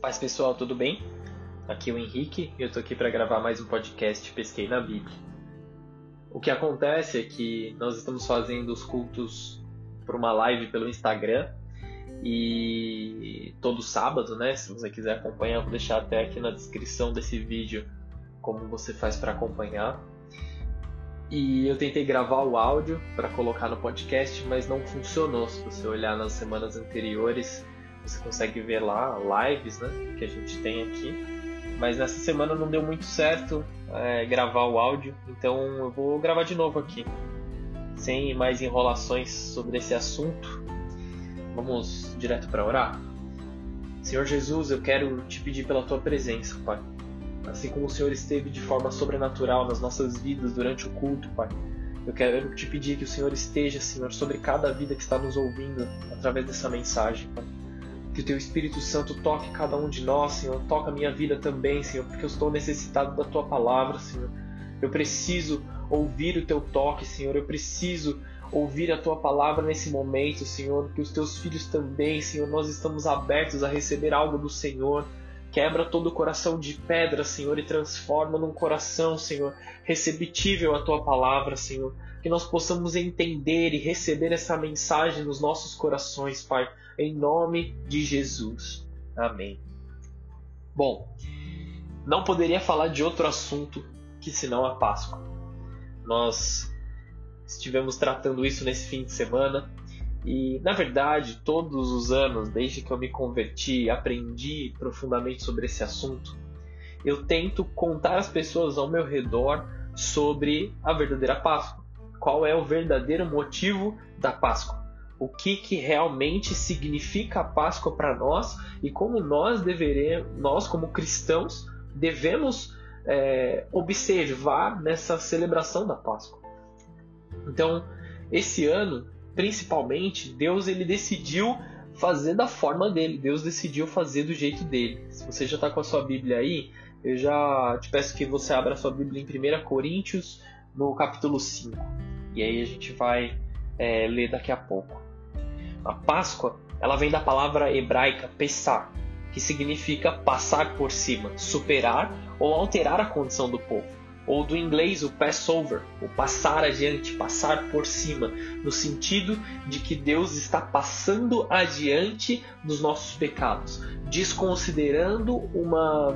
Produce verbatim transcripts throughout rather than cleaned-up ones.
Paz pessoal, tudo bem? Aqui é o Henrique e eu tô aqui para gravar mais um podcast Pesquei na Bíblia. O que acontece é que nós estamos fazendo os cultos por uma live pelo Instagram e todo sábado, né? Se você quiser acompanhar, eu vou deixar até aqui na descrição desse vídeo como você faz para acompanhar. E eu tentei gravar o áudio para colocar no podcast, mas não funcionou. Se você olhar nas semanas anteriores, você consegue ver lá lives, né, que a gente tem aqui. Mas nessa semana não deu muito certo é, gravar o áudio, então eu vou gravar de novo aqui. Sem mais enrolações sobre esse assunto, vamos direto para orar? Senhor Jesus, eu quero te pedir pela tua presença, Pai. Assim como o Senhor esteve de forma sobrenatural nas nossas vidas durante o culto, Pai. Eu quero te pedir que o Senhor esteja, Senhor, sobre cada vida que está nos ouvindo através dessa mensagem, Pai. Que o Teu Espírito Santo toque cada um de nós, Senhor. Toca a minha vida também, Senhor, porque eu estou necessitado da Tua palavra, Senhor. Eu preciso ouvir o Teu toque, Senhor. Eu preciso ouvir a Tua palavra nesse momento, Senhor. Que os Teus filhos também, Senhor. Nós estamos abertos a receber algo do Senhor. Quebra todo o coração de pedra, Senhor, e transforma num coração, Senhor, receptível à Tua palavra, Senhor. Que nós possamos entender e receber essa mensagem nos nossos corações, Pai, em nome de Jesus. Amém. Bom, não poderia falar de outro assunto que senão a Páscoa. Nós estivemos tratando isso nesse fim de semana e, na verdade, todos os anos, desde que eu me converti e aprendi profundamente sobre esse assunto, eu tento contar às pessoas ao meu redor sobre a verdadeira Páscoa. Qual é o verdadeiro motivo da Páscoa? O que, que realmente significa a Páscoa para nós e como nós deveremos, nós como cristãos, devemos é, observar nessa celebração da Páscoa. Então, esse ano, principalmente, Deus ele decidiu fazer da forma dele. Deus decidiu fazer do jeito dele. Se você já está com a sua Bíblia aí, eu já te peço que você abra a sua Bíblia em primeira Coríntios, no capítulo cinco. E aí a gente vai é, ler daqui a pouco. A Páscoa, ela vem da palavra hebraica Pessah, que significa passar por cima, superar ou alterar a condição do povo. Ou do inglês o Passover, o passar adiante, passar por cima, no sentido de que Deus está passando adiante dos nossos pecados, desconsiderando uma,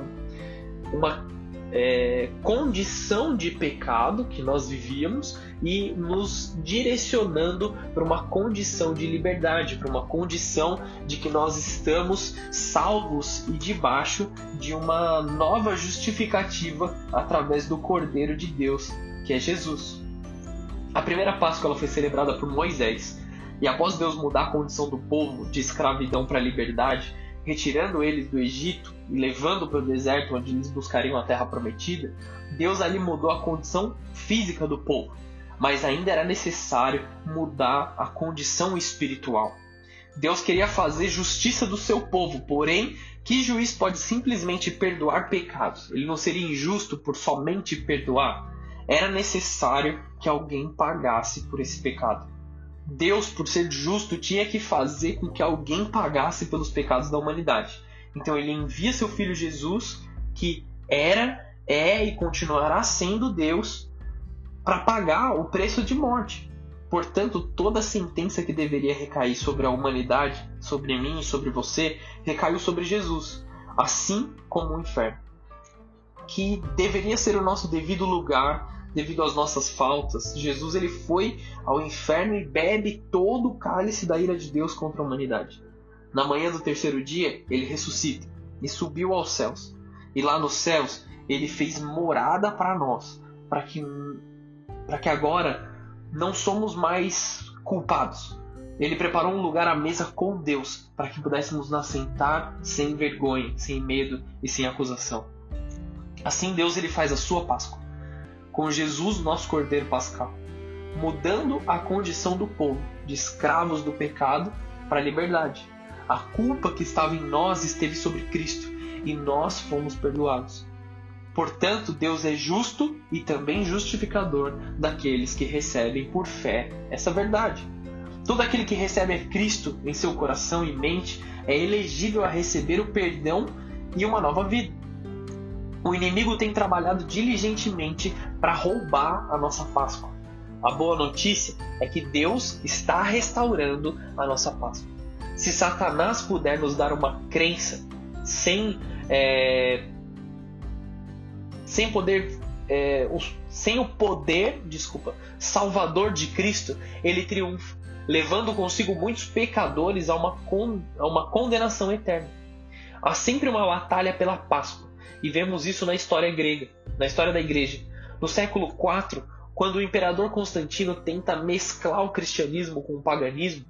uma é, condição de pecado que nós vivíamos e nos direcionando para uma condição de liberdade, para uma condição de que nós estamos salvos e debaixo de uma nova justificativa através do Cordeiro de Deus, que é Jesus. A primeira Páscoa ela foi celebrada por Moisés, e após Deus mudar a condição do povo de escravidão para a liberdade, retirando eles do Egito e levando para o deserto onde eles buscariam a terra prometida, Deus ali mudou a condição física do povo. Mas ainda era necessário mudar a condição espiritual. Deus queria fazer justiça do seu povo, porém, que juiz pode simplesmente perdoar pecados? Ele não seria injusto por somente perdoar? Era necessário que alguém pagasse por esse pecado. Deus, por ser justo, tinha que fazer com que alguém pagasse pelos pecados da humanidade. Então ele envia seu filho Jesus, que era, é e continuará sendo Deus, para pagar o preço de morte. Portanto, toda a sentença que deveria recair sobre a humanidade, sobre mim e sobre você, recaiu sobre Jesus, assim como o inferno, que deveria ser o nosso devido lugar devido às nossas faltas. Jesus ele foi ao inferno e bebe todo o cálice da ira de Deus contra a humanidade. Na manhã do terceiro dia, ele ressuscita e subiu aos céus. E lá nos céus, ele fez morada para nós, para que para que agora não somos mais culpados. Ele preparou um lugar à mesa com Deus, para que pudéssemos nos assentar sem vergonha, sem medo e sem acusação. Assim Deus ele faz a sua Páscoa, com Jesus, nosso Cordeiro Pascal, mudando a condição do povo, de escravos do pecado para a liberdade. A culpa que estava em nós esteve sobre Cristo, e nós fomos perdoados. Portanto, Deus é justo e também justificador daqueles que recebem por fé essa verdade. Todo aquele que recebe a Cristo em seu coração e mente é elegível a receber o perdão e uma nova vida. O inimigo tem trabalhado diligentemente para roubar a nossa Páscoa. A boa notícia é que Deus está restaurando a nossa Páscoa. Se Satanás puder nos dar uma crença sem, é, sem poder, é, sem o poder, desculpa, salvador de Cristo, ele triunfa, levando consigo muitos pecadores a uma, con, a uma condenação eterna. Há sempre uma batalha pela Páscoa, e vemos isso na história grega, na história da igreja. No século quatro, quando o imperador Constantino tenta mesclar o cristianismo com o paganismo,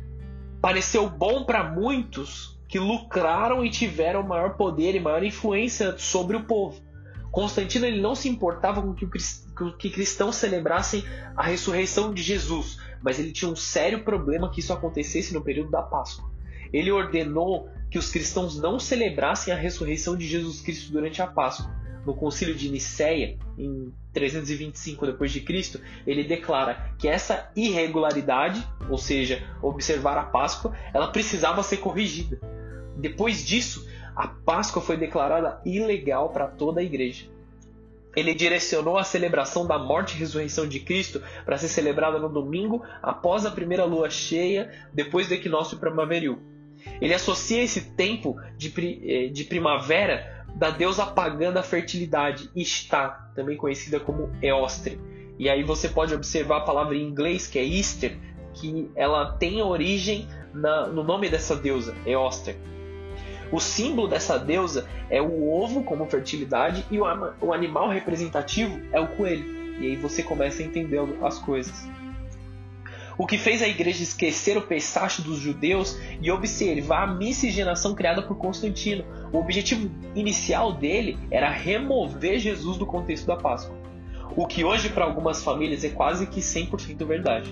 pareceu bom para muitos que lucraram e tiveram maior poder e maior influência sobre o povo. Constantino ele não se importava com que, o, com que cristãos celebrassem a ressurreição de Jesus, mas ele tinha um sério problema que isso acontecesse no período da Páscoa. Ele ordenou que os cristãos não celebrassem a ressurreição de Jesus Cristo durante a Páscoa. No Concílio de Nicéia, em trezentos e vinte e cinco depois de Cristo, ele declara que essa irregularidade, ou seja, observar a Páscoa, ela precisava ser corrigida. Depois disso, a Páscoa foi declarada ilegal para toda a igreja. Ele direcionou a celebração da morte e ressurreição de Cristo para ser celebrada no domingo após a primeira lua cheia, depois do equinócio primaveril. Ele associa esse tempo de, de primavera da deusa pagã da fertilidade, Ishtar, também conhecida como Eostre. E aí você pode observar a palavra em inglês, que é Easter, que ela tem origem na, no nome dessa deusa, Eostre. O símbolo dessa deusa é o ovo como fertilidade e o, o animal representativo é o coelho. E aí você começa a entender as coisas. O que fez a igreja esquecer o Pessach dos judeus e observar a miscigenação criada por Constantino. O objetivo inicial dele era remover Jesus do contexto da Páscoa. O que hoje para algumas famílias é quase que cem por cento verdade.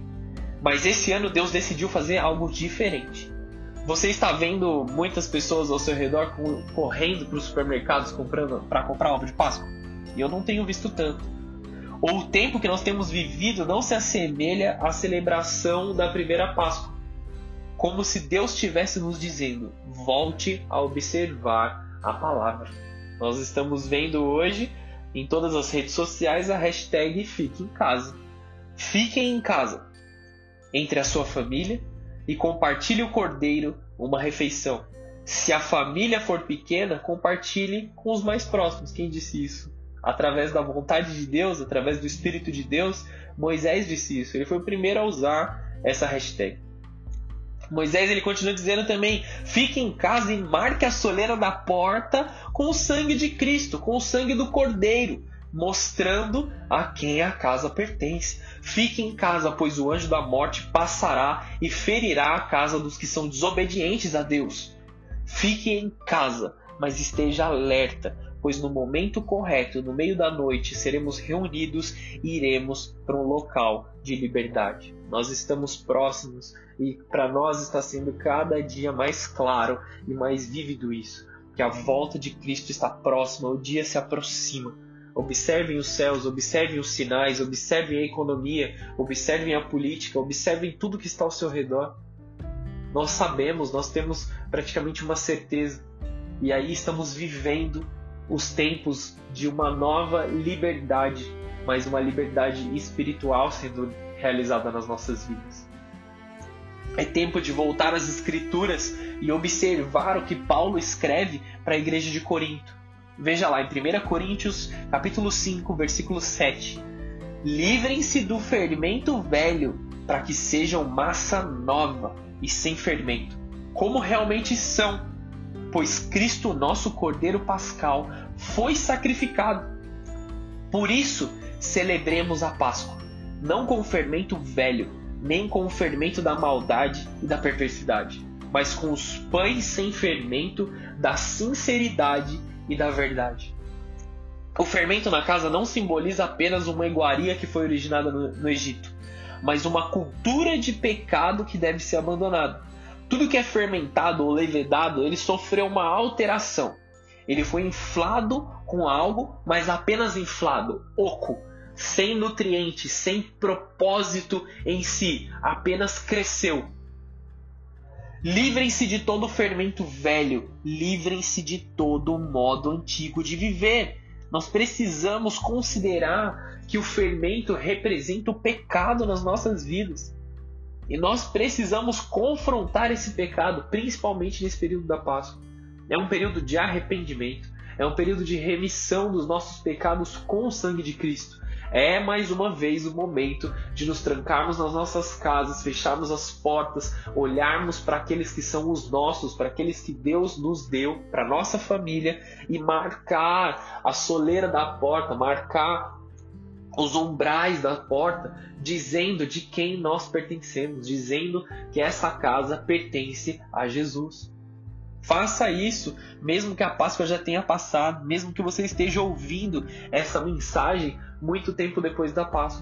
Mas esse ano Deus decidiu fazer algo diferente. Você está vendo muitas pessoas ao seu redor correndo para os supermercados para comprar ovo de Páscoa? E eu não tenho visto tanto. Ou o tempo que nós temos vivido não se assemelha à celebração da primeira Páscoa. Como se Deus estivesse nos dizendo, volte a observar a palavra. Nós estamos vendo hoje em todas as redes sociais a hashtag Fique em Casa. Fiquem em casa, entre a sua família, e compartilhe o cordeiro, uma refeição. Se a família for pequena, compartilhe com os mais próximos. Quem disse isso? Através da vontade de Deus, através do Espírito de Deus, Moisés disse isso. Ele foi o primeiro a usar essa hashtag. Moisés ele continua dizendo também, fique em casa e marque a soleira da porta com o sangue de Cristo, com o sangue do Cordeiro, mostrando a quem a casa pertence. Fique em casa, pois o anjo da morte passará e ferirá a casa dos que são desobedientes a Deus. Fique em casa, mas esteja alerta, pois no momento correto, no meio da noite, seremos reunidos e iremos para um local de liberdade. Nós estamos próximos e para nós está sendo cada dia mais claro e mais vívido isso, que a volta de Cristo está próxima, o dia se aproxima. Observem os céus, observem os sinais, observem a economia, observem a política, observem tudo que está ao seu redor. Nós sabemos, nós temos praticamente uma certeza, e aí estamos vivendo os tempos de uma nova liberdade, mas uma liberdade espiritual sendo realizada nas nossas vidas. É tempo de voltar às Escrituras e observar o que Paulo escreve para a igreja de Corinto. Veja lá em primeira Coríntios, capítulo cinco, versículo sete. Livrem-se do fermento velho, para que sejam massa nova e sem fermento, como realmente são, pois Cristo, nosso Cordeiro Pascal, foi sacrificado. Por isso, celebremos a Páscoa, não com o fermento velho, nem com o fermento da maldade e da perversidade, mas com os pães sem fermento da sinceridade e da verdade. O fermento na casa não simboliza apenas uma iguaria que foi originada no, no Egito, mas uma cultura de pecado que deve ser abandonada. Tudo que é fermentado ou levedado, ele sofreu uma alteração. Ele foi inflado com algo, mas apenas inflado, oco, sem nutrientes, sem propósito em si, apenas cresceu. Livrem-se de todo o fermento velho, livrem-se de todo o modo antigo de viver. Nós precisamos considerar que o fermento representa o pecado nas nossas vidas. E nós precisamos confrontar esse pecado, principalmente nesse período da Páscoa. É um período de arrependimento, é um período de remissão dos nossos pecados com o sangue de Cristo. É mais uma vez o momento de nos trancarmos nas nossas casas, fecharmos as portas, olharmos para aqueles que são os nossos, para aqueles que Deus nos deu, para a nossa família, e marcar a soleira da porta, marcar os umbrais da porta, dizendo de quem nós pertencemos, dizendo que essa casa pertence a Jesus. Faça isso, mesmo que a Páscoa já tenha passado, mesmo que você esteja ouvindo essa mensagem muito tempo depois da Páscoa.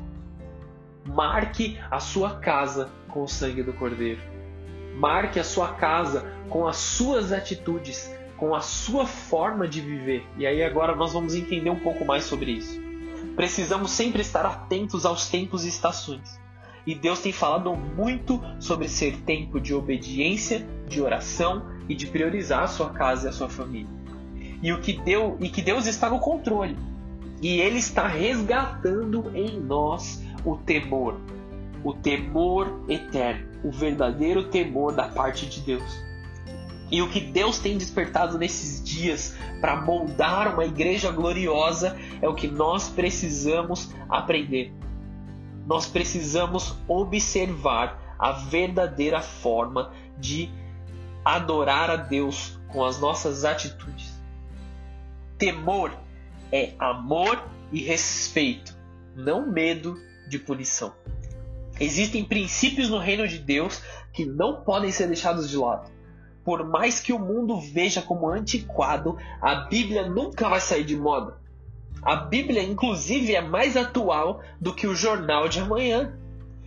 Marque a sua casa com o sangue do Cordeiro. Marque a sua casa com as suas atitudes, com a sua forma de viver. E aí agora nós vamos entender um pouco mais sobre isso. Precisamos sempre estar atentos aos tempos e estações. E Deus tem falado muito sobre ser tempo de obediência, de oração e de priorizar a sua casa e a sua família. E, o que Deus, e que Deus está no controle. E Ele está resgatando em nós o temor. O temor eterno. O verdadeiro temor da parte de Deus. E o que Deus tem despertado nesses dias para moldar uma igreja gloriosa é o que nós precisamos aprender. Nós precisamos observar a verdadeira forma de adorar a Deus com as nossas atitudes. Temor é amor e respeito, não medo de punição. Existem princípios no reino de Deus que não podem ser deixados de lado. Por mais que o mundo veja como antiquado, a Bíblia nunca vai sair de moda. A Bíblia, inclusive, é mais atual do que o jornal de amanhã.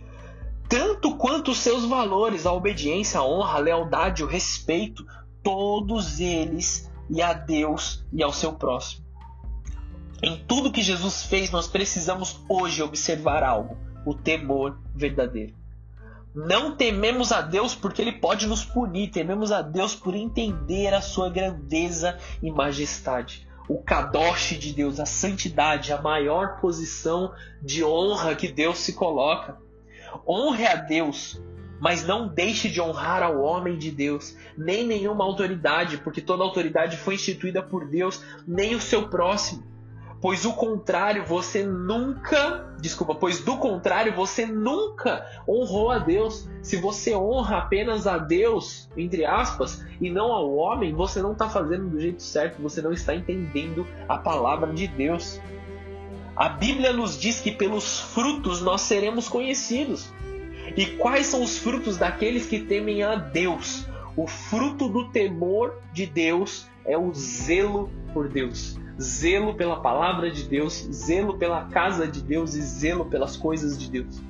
Tanto quanto os seus valores, a obediência, a honra, a lealdade, o respeito, todos eles e a Deus e ao seu próximo. Em tudo que Jesus fez, nós precisamos hoje observar algo: o temor verdadeiro. Não tememos a Deus porque Ele pode nos punir, tememos a Deus por entender a sua grandeza e majestade. O kadosh de Deus, a santidade, a maior posição de honra que Deus se coloca. Honre a Deus, mas não deixe de honrar ao homem de Deus, nem nenhuma autoridade, porque toda autoridade foi instituída por Deus, nem o seu próximo. Pois o contrário, você nunca, desculpa, pois do contrário, você nunca honrou a Deus. Se você honra apenas a Deus, entre aspas, e não ao homem, você não está fazendo do jeito certo, você não está entendendo a palavra de Deus. A Bíblia nos diz que pelos frutos nós seremos conhecidos. E quais são os frutos daqueles que temem a Deus? O fruto do temor de Deus é o zelo por Deus. Zelo pela palavra de Deus, zelo pela casa de Deus e zelo pelas coisas de Deus.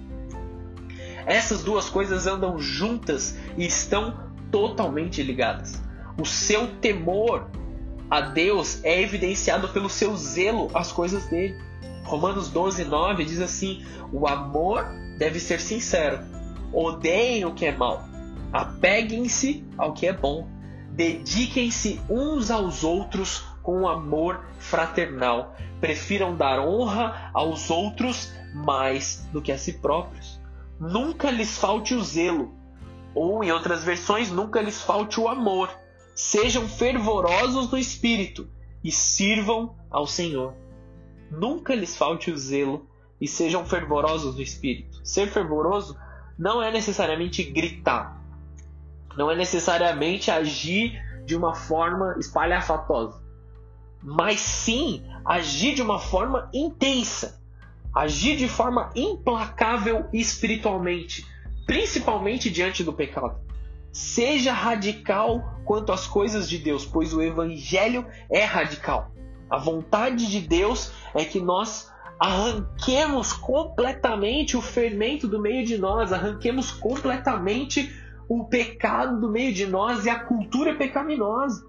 Essas duas coisas andam juntas e estão totalmente ligadas. O seu temor a Deus é evidenciado pelo seu zelo às coisas dele. Romanos doze, nove diz assim: o amor deve ser sincero, odeiem o que é mal, apeguem-se ao que é bom, dediquem-se uns aos outros com amor fraternal, prefiram dar honra aos outros mais do que a si próprios. Nunca lhes falte o zelo, ou em outras versões, nunca lhes falte o amor. Sejam fervorosos no espírito e sirvam ao Senhor. Nunca lhes falte o zelo e sejam fervorosos no espírito. Ser fervoroso não é necessariamente gritar, não é necessariamente agir de uma forma espalhafatosa, mas sim agir de uma forma intensa, agir de forma implacável espiritualmente, principalmente diante do pecado. Seja radical quanto às coisas de Deus, pois o Evangelho é radical. A vontade de Deus é que nós arranquemos completamente o fermento do meio de nós, arranquemos completamente o pecado do meio de nós e a cultura pecaminosa.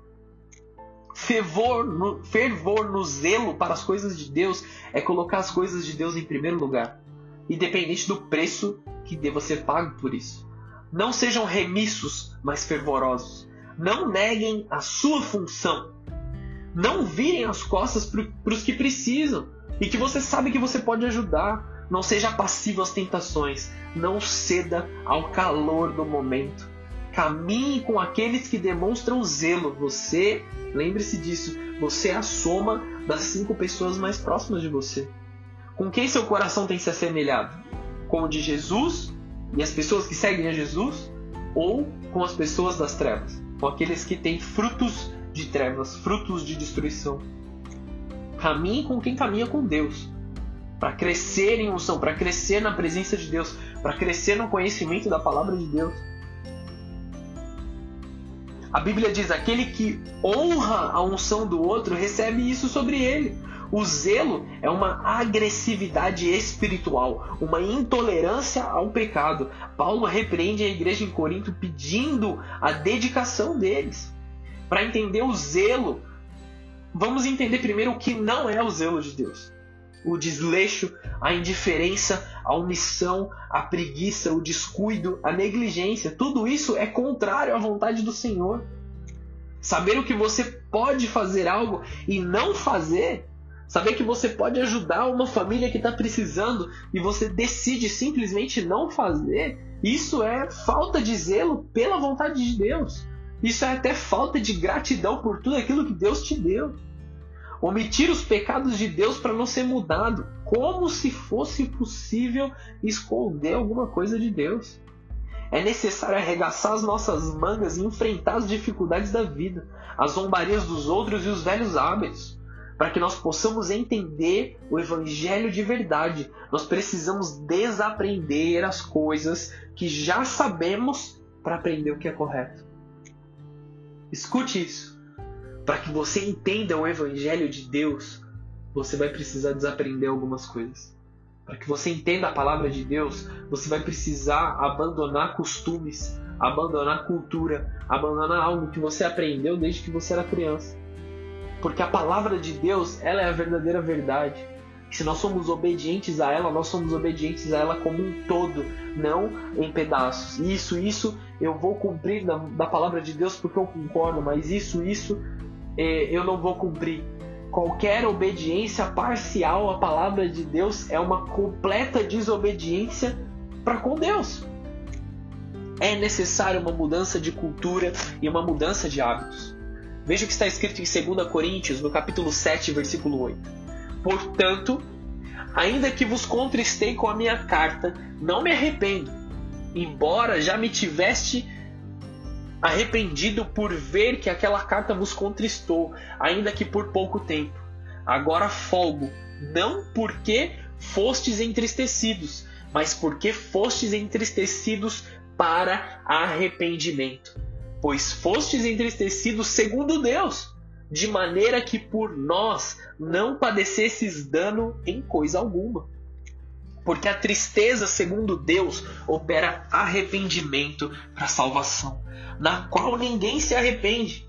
Fervor no, fervor no zelo para as coisas de Deus é colocar as coisas de Deus em primeiro lugar, independente do preço que deva ser pago por isso. Não sejam remissos, mas fervorosos. Não neguem a sua função. Não virem as costas para os que precisam e que você sabe que você pode ajudar. Não seja passivo às tentações. Não ceda ao calor do momento. Caminhe com aqueles que demonstram zelo. Você, lembre-se disso, você é a soma das cinco pessoas mais próximas de você. Com quem seu coração tem se assemelhado? Com o de Jesus e as pessoas que seguem a Jesus? Ou com as pessoas das trevas? Com aqueles que têm frutos de trevas, frutos de destruição? Caminhe com quem caminha com Deus. Para crescer em unção, para crescer na presença de Deus, para crescer no conhecimento da palavra de Deus. A Bíblia diz, aquele que honra a unção do outro, recebe isso sobre ele. O zelo é uma agressividade espiritual, uma intolerância ao pecado. Paulo repreende a igreja em Corinto pedindo a dedicação deles. Para entender o zelo, vamos entender primeiro o que não é o zelo de Deus. O desleixo, a indiferença, a omissão, a preguiça, o descuido, a negligência. Tudo isso é contrário à vontade do Senhor. Saber o que você pode fazer algo e não fazer, saber que você pode ajudar uma família que está precisando e você decide simplesmente não fazer, isso é falta de zelo pela vontade de Deus. Isso é até falta de gratidão por tudo aquilo que Deus te deu. Omitir os pecados de Deus para não ser mudado, como se fosse possível esconder alguma coisa de Deus. É necessário arregaçar as nossas mangas e enfrentar as dificuldades da vida, as zombarias dos outros e os velhos hábitos, para que nós possamos entender o Evangelho de verdade. Nós precisamos desaprender as coisas que já sabemos para aprender o que é correto. Escute isso. Para que você entenda o Evangelho de Deus, você vai precisar desaprender algumas coisas. Para que você entenda a palavra de Deus, você vai precisar abandonar costumes, abandonar cultura, abandonar algo que você aprendeu desde que você era criança. Porque a palavra de Deus, ela é a verdadeira verdade. E se nós somos obedientes a ela, nós somos obedientes a ela como um todo, não em pedaços. Isso, isso eu vou cumprir da, da palavra de Deus porque eu concordo, mas isso, isso eu não vou cumprir. Qualquer obediência parcial à palavra de Deus é uma completa desobediência para com Deus. É necessário uma mudança de cultura e uma mudança de hábitos. Veja o que está escrito em dois Coríntios, no capítulo sete, versículo oito. Portanto, ainda que vos contristei com a minha carta, não me arrependo, embora já me tiveste arrependido por ver que aquela carta vos contristou, ainda que por pouco tempo. Agora folgo, não porque fostes entristecidos, mas porque fostes entristecidos para arrependimento. Pois fostes entristecidos segundo Deus, de maneira que por nós não padecesses dano em coisa alguma. Porque a tristeza, segundo Deus, opera arrependimento para salvação, na qual ninguém se arrepende.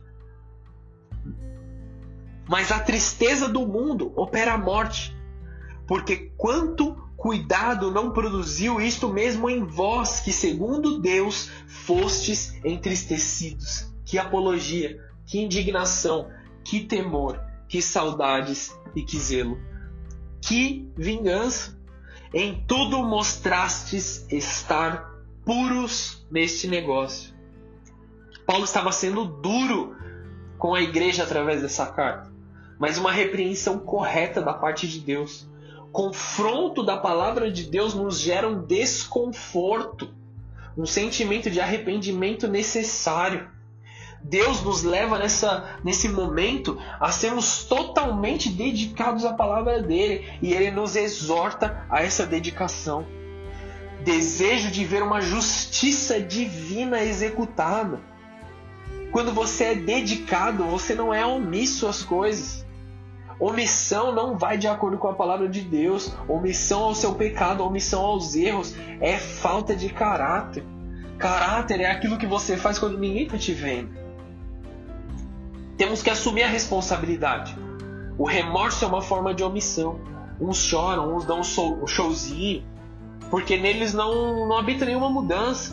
Mas a tristeza do mundo opera a morte. Porque quanto cuidado não produziu isto mesmo em vós, que segundo Deus fostes entristecidos. Que apologia, que indignação, que temor, que saudades e que zelo. Que vingança! Em tudo mostrastes estar puros neste negócio. Paulo estava sendo duro com a igreja através dessa carta, mas uma repreensão correta da parte de Deus. Confronto da palavra de Deus nos gera um desconforto, um sentimento de arrependimento necessário. Deus nos leva nessa, nesse momento a sermos totalmente dedicados à palavra dele, e ele nos exorta a essa dedicação. Desejo de ver uma justiça divina executada. Quando você é dedicado, você não é omisso às coisas. Omissão não vai de acordo com a palavra de Deus. Omissão ao seu pecado, omissão aos erros é falta de caráter. Caráter é aquilo que você faz quando ninguém está te vendo. Temos que assumir a responsabilidade. O remorso é uma forma de omissão. Uns choram, uns dão um showzinho, porque neles não, não habita nenhuma mudança.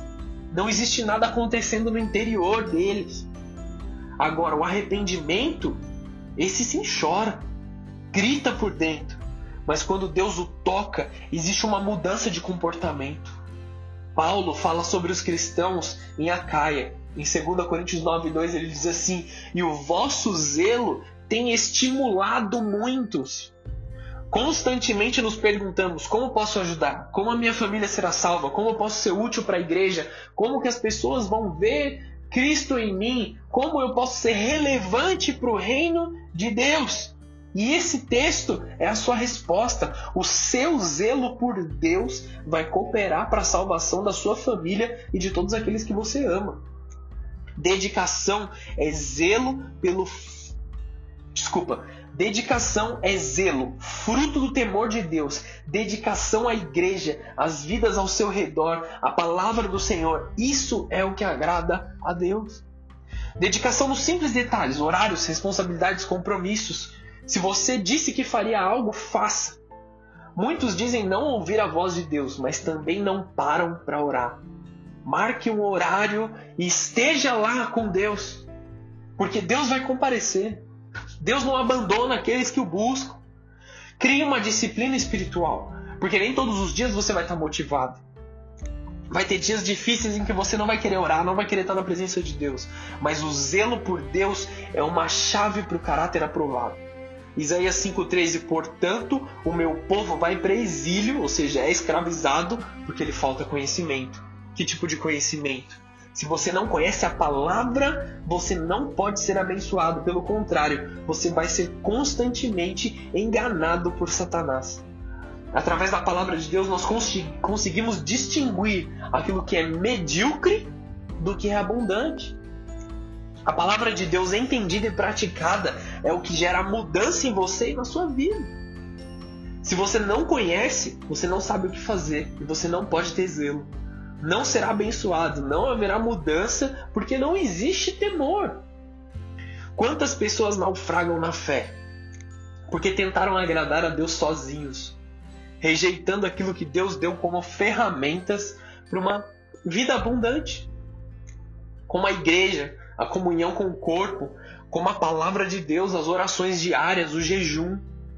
Não existe nada acontecendo no interior deles. Agora, o arrependimento, esse sim chora, grita por dentro. Mas quando Deus o toca, existe uma mudança de comportamento. Paulo fala sobre os cristãos em Acaia. Em dois Coríntios nove, dois, ele diz assim: e o vosso zelo tem estimulado muitos. Constantemente nos perguntamos: como posso ajudar? Como a minha família será salva? Como eu posso ser útil para a igreja? Como que as pessoas vão ver Cristo em mim? Como eu posso ser relevante para o reino de Deus? E esse texto é a sua resposta. O seu zelo por Deus vai cooperar para a salvação da sua família e de todos aqueles que você ama. Dedicação é zelo pelo... Desculpa. Dedicação é zelo, fruto do temor de Deus. Dedicação à igreja, às vidas ao seu redor, à palavra do Senhor. Isso é o que agrada a Deus. Dedicação nos simples detalhes, horários, responsabilidades, compromissos. Se você disse que faria algo, faça. Muitos dizem não ouvir a voz de Deus, mas também não param para orar. Marque um horário e esteja lá com Deus, porque Deus vai comparecer. Deus não abandona aqueles que o buscam. Crie uma disciplina espiritual, porque nem todos os dias você vai estar motivado. Vai ter dias difíceis em que você não vai querer orar, não vai querer estar na presença de Deus. Mas o zelo por Deus é uma chave para o caráter aprovado. Isaías cinco, treze, portanto, o meu povo vai para exílio, ou seja, é escravizado, porque lhe falta conhecimento. Que tipo de conhecimento? Se você não conhece a palavra, você não pode ser abençoado. Pelo contrário, você vai ser constantemente enganado por Satanás. Através da palavra de Deus, nós conseguimos distinguir aquilo que é medíocre do que é abundante. A palavra de Deus entendida e praticada é o que gera mudança em você e na sua vida. Se você não conhece, você não sabe o que fazer e você não pode ter zelo. Não será abençoado, não haverá mudança, porque não existe temor. Quantas pessoas naufragam na fé? Porque tentaram agradar a Deus sozinhos, rejeitando aquilo que Deus deu como ferramentas para uma vida abundante. Como a igreja, a comunhão com o corpo, como a palavra de Deus, as orações diárias, o jejum.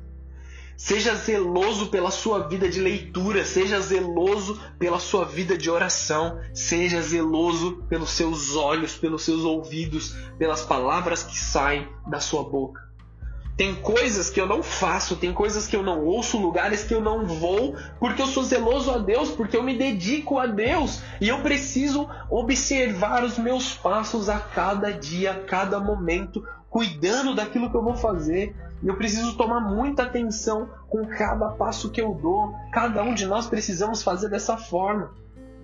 Seja zeloso pela sua vida de leitura, seja zeloso pela sua vida de oração, seja zeloso pelos seus olhos, pelos seus ouvidos, pelas palavras que saem da sua boca. Tem coisas que eu não faço, tem coisas que eu não ouço, lugares que eu não vou, porque eu sou zeloso a Deus, porque eu me dedico a Deus e eu preciso observar os meus passos a cada dia, a cada momento, cuidando daquilo que eu vou fazer. Eu preciso tomar muita atenção com cada passo que eu dou. Cada um de nós precisamos fazer dessa forma.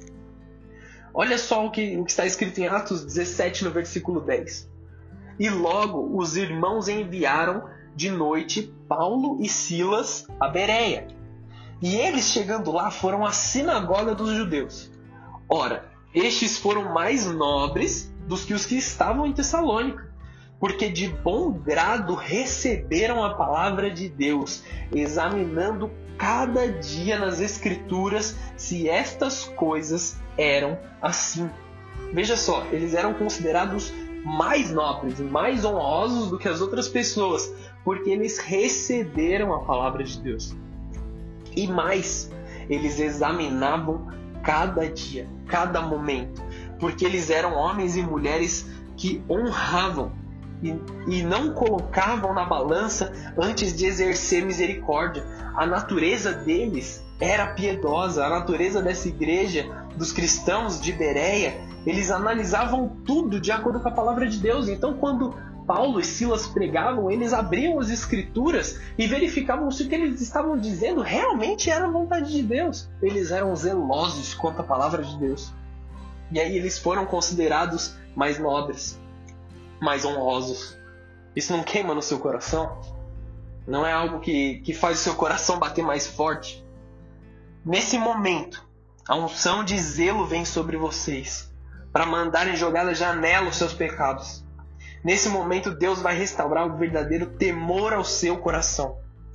Olha só o que, o que está escrito em Atos dezessete, no versículo dez. E logo os irmãos enviaram de noite Paulo e Silas a Bereia. E eles, chegando lá, foram à sinagoga dos judeus. Ora, estes foram mais nobres dos que os que estavam em Tessalônica, porque de bom grado receberam a palavra de Deus, examinando cada dia nas Escrituras se estas coisas eram assim. Veja só, eles eram considerados mais nobres e mais honrosos do que as outras pessoas, porque eles receberam a palavra de Deus. E mais, eles examinavam cada dia, cada momento, porque eles eram homens e mulheres que honravam E, e não colocavam na balança antes de exercer misericórdia. A natureza deles era piedosa. A natureza dessa igreja, dos cristãos de Bereia, eles analisavam tudo de acordo com a palavra de Deus. Então, quando Paulo e Silas pregavam, eles abriam as Escrituras e verificavam se o que eles estavam dizendo realmente era a vontade de Deus. Eles eram zelosos quanto à palavra de Deus. E aí eles foram considerados mais nobres, mais honrosos. Isso não queima no seu coração? Não é algo que, que faz o seu coração bater mais forte? Nesse momento, a unção de zelo vem sobre vocês para mandarem jogar da janela os seus pecados. Nesse momento, Deus vai restaurar o verdadeiro temor ao seu coração.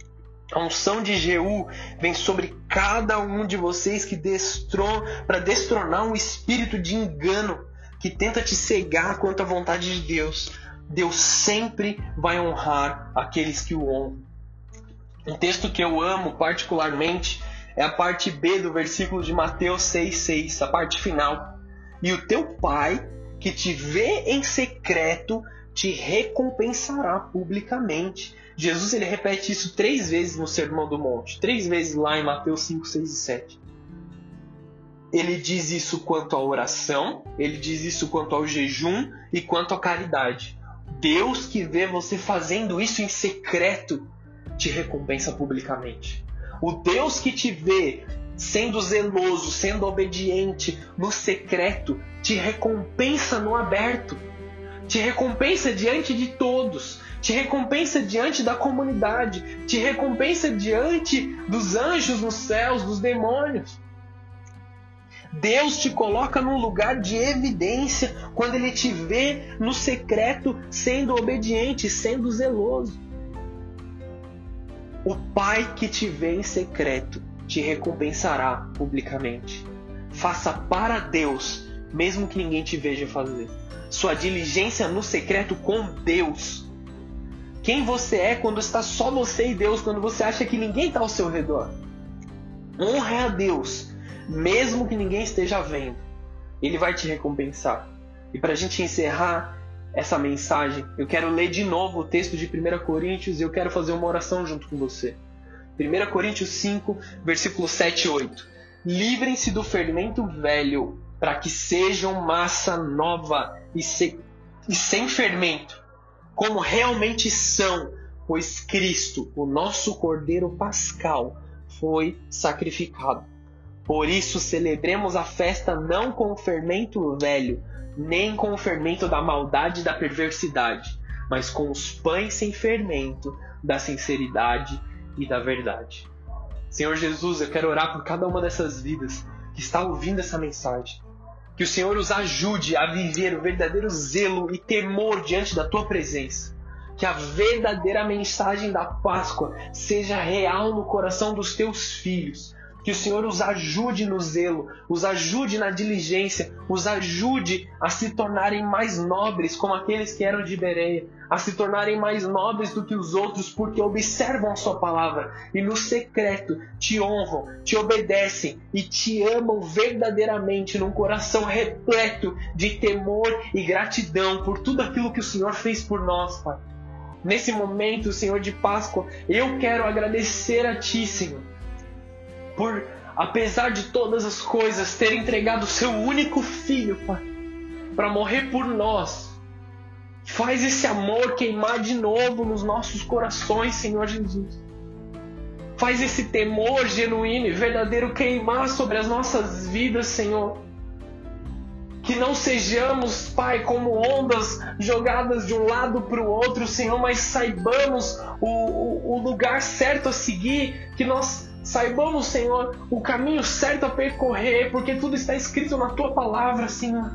A unção de Jeú vem sobre cada um de vocês que destron... para destronar um espírito de engano que tenta te cegar quanto à vontade de Deus. Deus sempre vai honrar aqueles que o honram. Um texto que eu amo particularmente é a parte B do versículo de Mateus seis, seis, a parte final. E o teu Pai, que te vê em secreto, te recompensará publicamente. Jesus ele repete isso três vezes no Sermão do Monte, três vezes lá em Mateus cinco, seis e sete. Ele diz isso quanto à oração, ele diz isso quanto ao jejum e quanto à caridade. Deus que vê você fazendo isso em secreto te recompensa publicamente. O Deus que te vê sendo zeloso, sendo obediente no secreto, te recompensa no aberto. Te recompensa diante de todos. Te recompensa diante da comunidade. Te recompensa diante dos anjos nos céus, dos demônios. Deus te coloca num lugar de evidência quando Ele te vê no secreto sendo obediente, sendo zeloso. O Pai que te vê em secreto te recompensará publicamente. Faça para Deus, mesmo que ninguém te veja fazer. Sua diligência no secreto com Deus. Quem você é quando está só você e Deus, quando você acha que ninguém está ao seu redor. Honre a Deus, mesmo que ninguém esteja vendo. Ele vai te recompensar. E para a gente encerrar essa mensagem, eu quero ler de novo o texto de primeira Coríntios e eu quero fazer uma oração junto com você. primeira Coríntios cinco, versículos sete e oito. Livrem-se do fermento velho, para que sejam massa nova e, se, e sem fermento, como realmente são, pois Cristo, o nosso Cordeiro Pascal, foi sacrificado. Por isso celebremos a festa não com o fermento velho, nem com o fermento da maldade e da perversidade, mas com os pães sem fermento da sinceridade e da verdade. Senhor Jesus, eu quero orar por cada uma dessas vidas que está ouvindo essa mensagem. Que o Senhor os ajude a viver o verdadeiro zelo e temor diante da Tua presença. Que a verdadeira mensagem da Páscoa seja real no coração dos Teus filhos. Que o Senhor os ajude no zelo, os ajude na diligência, os ajude a se tornarem mais nobres como aqueles que eram de Bereia, a se tornarem mais nobres do que os outros porque observam a Sua palavra e no secreto te honram, te obedecem e te amam verdadeiramente num coração repleto de temor e gratidão por tudo aquilo que o Senhor fez por nós, Pai. Nesse momento, Senhor, de Páscoa, eu quero agradecer a Ti, Senhor, por, apesar de todas as coisas, ter entregado o Seu único Filho, Pai, para morrer por nós. Faz esse amor queimar de novo nos nossos corações, Senhor Jesus. Faz esse temor genuíno e verdadeiro queimar sobre as nossas vidas, Senhor. Que não sejamos, Pai, como ondas jogadas de um lado para o outro, Senhor, mas saibamos o, o, o lugar certo a seguir, que nós saibamos, Senhor, o caminho certo a percorrer, porque tudo está escrito na Tua palavra, Senhor.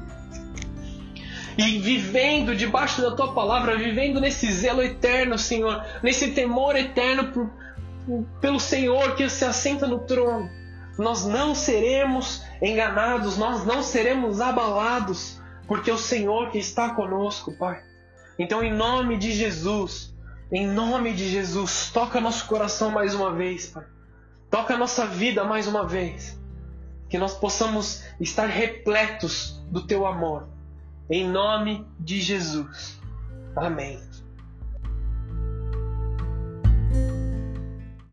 E vivendo debaixo da Tua palavra, vivendo nesse zelo eterno, Senhor, nesse temor eterno por, por, pelo Senhor que se assenta no trono, nós não seremos enganados, nós não seremos abalados, porque o Senhor que está conosco, Pai. Então, em nome de Jesus, em nome de Jesus, toca nosso coração mais uma vez, Pai. Toca a nossa vida mais uma vez. Que nós possamos estar repletos do Teu amor. Em nome de Jesus. Amém.